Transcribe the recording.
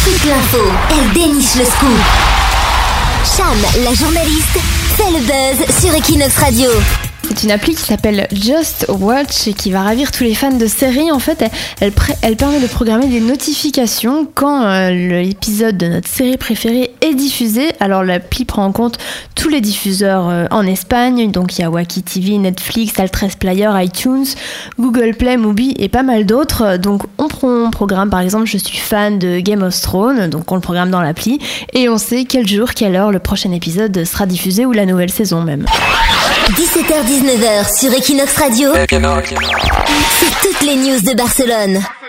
toute l'info, elle déniche le scoop. Cham, la journaliste, fait le buzz sur Equinox Radio. C'est une appli qui s'appelle Just Watch et qui va ravir tous les fans de séries. En fait, elle permet de programmer des notifications quand l'épisode de notre série préférée est diffusé. Alors l'appli prend en compte tous les diffuseurs en Espagne. Donc il y a Wacky TV, Netflix, Altres Player, iTunes, Google Play, Mubi et pas mal d'autres. Donc on programme, par exemple, je suis fan de Game of Thrones, donc on le programme dans l'appli et on sait quel jour, quelle heure le prochain épisode sera diffusé ou la nouvelle saison même. 17h-19h sur Equinox Radio. C'est toutes les news de Barcelone.